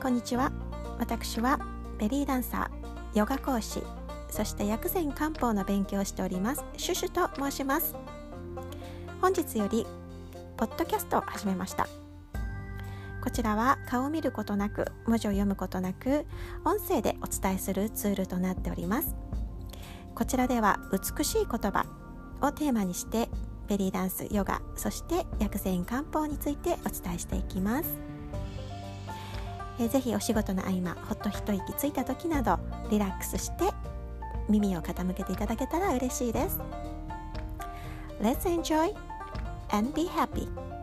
こんにちは。私はベリーダンサー、ヨガ講師、そして薬膳漢方の勉強をしておりますシュシュと申します。本日よりポッドキャストを始めました。こちらは顔を見ることなく、文字を読むことなく、音声でお伝えするツールとなっております。こちらでは美しい言葉をテーマにしてベリーダンス、ヨガ、そして薬膳漢方についてお伝えしていきます。ぜひお仕事の合間、ほっと一息ついた時などリラックスして耳を傾けていただけたら嬉しいです。Let's enjoy and be happy.